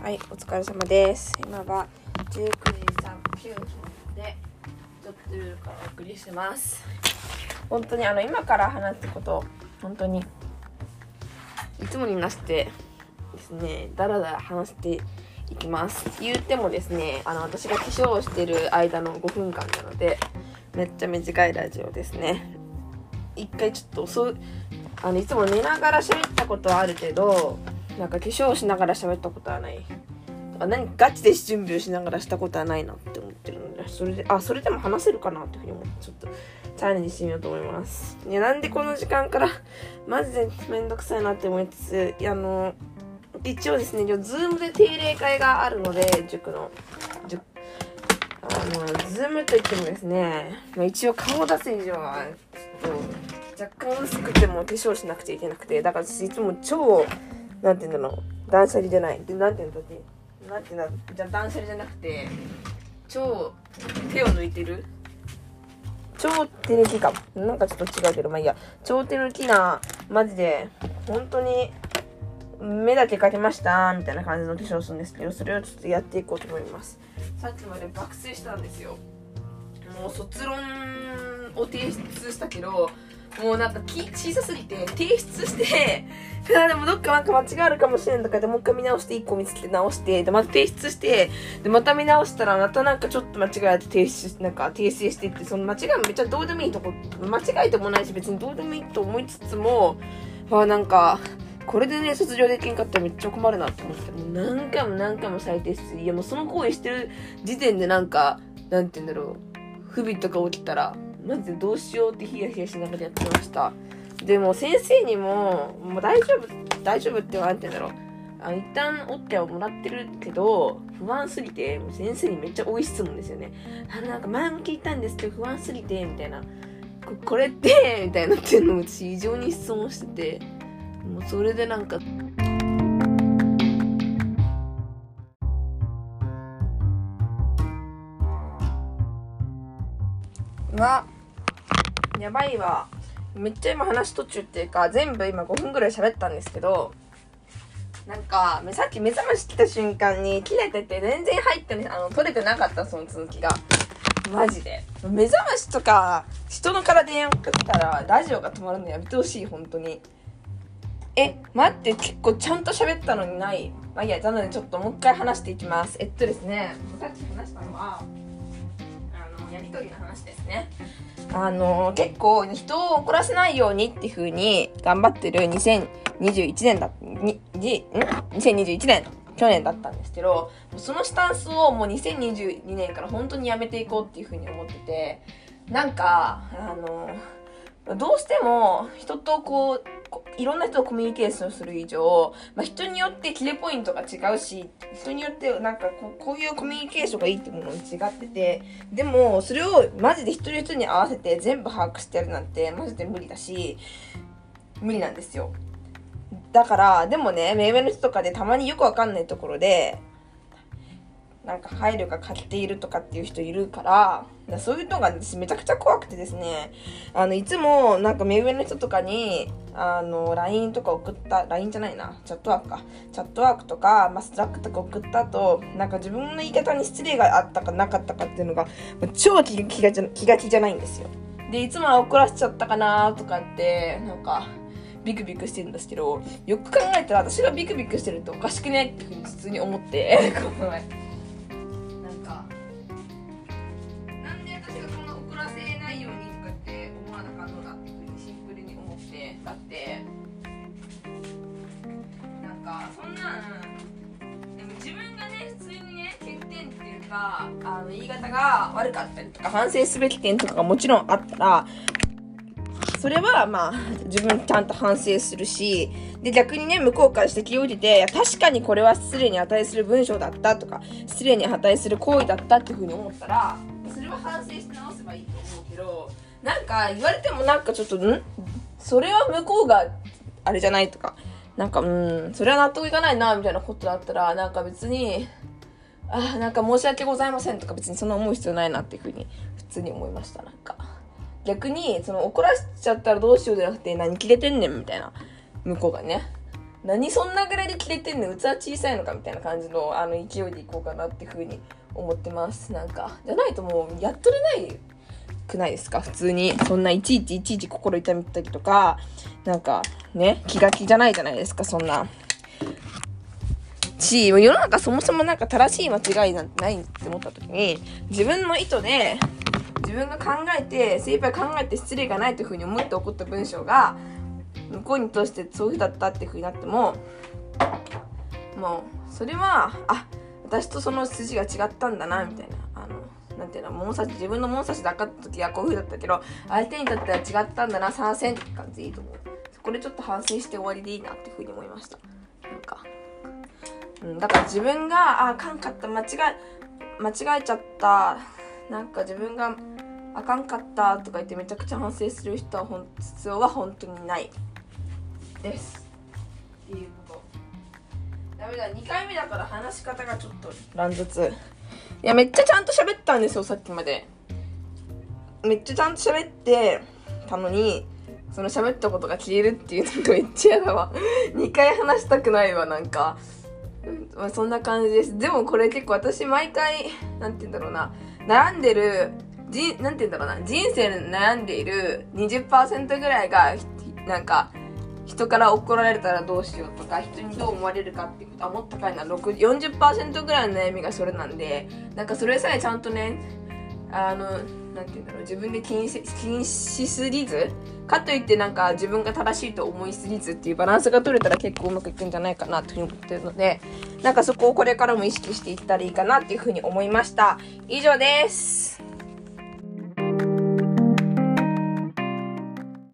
はい、お疲れ様です。今は19時39分でちょっとルールからお送りしてます。本当に今から話すこと、本当にいつもになしてですね、だらだら話していきます。言ってもですね、私が化粧をしている間の5分間なので、めっちゃ短いラジオですね。一回ちょっといつも寝ながら喋ったことはあるけど、なんか化粧しながら喋ったことはない。ガチで準備をしながらしたことはないなって思ってるので、それでも話せるかなっていうふうに思って、ちょっとチャレンジしてみようと思います。いや、なんでこの時間からマジでめんどくさいなって思いつつ、一応ですね、ズームで定例会があるので、塾のズームといってもですね、一応顔を出す以上はちょっと若干薄くても化粧しなくちゃいけなくて、だから私いつも超なんていうんだろう、断捨離じゃないで、断捨離じゃなくて超手を抜いてる、超手抜きかも、なんかちょっと違うけど、まあいいや、超手抜きな、マジで本当に目だけ描きましたみたいな感じの化粧するんですけど、それをちょっとやっていこうと思います。さっきまで爆睡したんですよ。もう卒論を提出したけど、もうなんか小さすぎて提出してでもどっかなんか間違いあるかもしれんとかで、もう一回見直して1個見つけて直して、でまた提出して、でまた見直したらまたなんかちょっと間違えて訂正していって、その間違いもめっちゃどうでもいいとこ、間違いでもないし別にどうでもいいと思いつつも、なんかこれでね卒業できんかったらめっちゃ困るなって思って、もう何回も再提出、いやもうその行為してる時点でなんて言うんだろう、不備とか起きたらマジでどうしようってヒヤヒヤしながらやってました。でも先生にもう大丈夫ってなんて言うんだろう、一旦折ってはもらってるけど不安すぎて、もう先生にめっちゃ多い質問ですよね。なんか前も聞いたんですけど不安すぎてみたいな、これってみたいなっていうのを私異常に質問してて、もうそれでなんかやばいわ。めっちゃ今話途中っていうか、全部今5分ぐらい喋ったんですけど、なんかさっき目覚まし来た瞬間に切れてて全然入って取れてなかった、その続きが。マジで目覚ましとか人のから電話かけたらラジオが止まるのやめてほしい、本当に。待って、結構ちゃんと喋ったのにない。まあいいや、なのでちょっともう一回話していきます。ですね、さっき話したのはやりとりの話ですね。結構人を怒らせないようにっていう風に頑張ってる2021年去年だったんですけど、そのスタンスをもう2022年から本当にやめていこうっていう風に思ってて、なんかどうしても人といろんな人とコミュニケーションする以上、人によってキレポイントが違うし、人によってなんかこういうコミュニケーションがいいってものに違ってて、でもそれをマジで一人一人に合わせて全部把握してやるなんてマジで無理だし、無理なんですよ。だからでもね、目上の人とかでたまによくわかんないところでなんか配慮が欠けているとかっていう人いるから、そういうのが私めちゃくちゃ怖くてですね、いつもなんか目上の人とかにLINE とかLINE じゃないな、チャットワークとか、スラックとか送った後、なんか自分の言い方に失礼があったかなかったかっていうのが超気が気じゃないんですよ。で、いつもは怒らせちゃったかなとかってなんかビクビクしてるんですけど、よく考えたら私がビクビクしてるっておかしくねっていうふうに普通に思ってこの前なんで私がそんな怒らせないようにとかって思わなかったのだっていうふうにシンプルに思って、だってなんかそんなんでも自分がね普通にね欠点っていうか言い方が悪かったりとか反省すべき点とかがもちろんあったら、それは自分ちゃんと反省するし、で逆にね向こうから指摘を受けて、確かにこれは失礼に値する文章だったとか失礼に値する行為だったっていうふうに思ったら、それは反省して直せばいいと思うけど、なんか言われてもなんかちょっとそれは向こうがあれじゃないとか、なんかそれは納得いかないなみたいなことだったら、なんか別になんか申し訳ございませんとか別にそんな思う必要ないなっていうふうに普通に思いました。なんか逆に怒らせちゃったらどうしようじゃなくて、何キレてんねんみたいな、向こうがね何そんなぐらいで切れてんの、器小さいのかみたいな感じの勢いでいこうかなっていう風に思ってます。なんかじゃないともうやっとれないくないですか、普通に。そんないちいち心痛めたりとか、なんかね、気が気じゃないじゃないですか、そんなし、世の中そもそもなんか正しい間違いなんてないって思った時に、自分の意図で自分が考えて精一杯考えて失礼がないという風に思って起こった文章が向こうに通してそういう風だったっていう風になっても、もうそれは私とその筋が違ったんだなみたいな、なんていうの、自分の物差しで測った時はこういう風だったけど、相手にとっては違ったんだな、参戦って感じでいいと思う。そこでちょっと反省して終わりでいいなっていう風に思いました。なんか、だから自分があかんかった、間違えちゃった、なんか自分があかんかったとか言ってめちゃくちゃ反省する必要は本当にないですっていうこと。ダメだ、2回目だから話し方がちょっと乱雑。いや、めっちゃちゃんと喋ったんですよ、さっきまで。めっちゃちゃんと喋ってたのに、その喋ったことが消えるっていうのがめっちゃ嫌だわ。2回話したくないわ、なんか。そんな感じです。でもこれ結構私毎回、なんて言うんだろうな、悩んでる、なんて言うんだろうな、人生で悩んでいる 20% ぐらいが、なんか、人から怒られたらどうしようとか、人にどう思われるかっていうことはもっと高いな、40% ぐらいの悩みがそれなんで、なんかそれさえちゃんとね、なんて言うんだろう、自分で気にしすぎず、かといってなんか自分が正しいと思いすぎずっていうバランスが取れたら結構うまくいくんじゃないかなというふうに思ってるので、なんかそこをこれからも意識していったらいいかなっていうふうに思いました。以上です。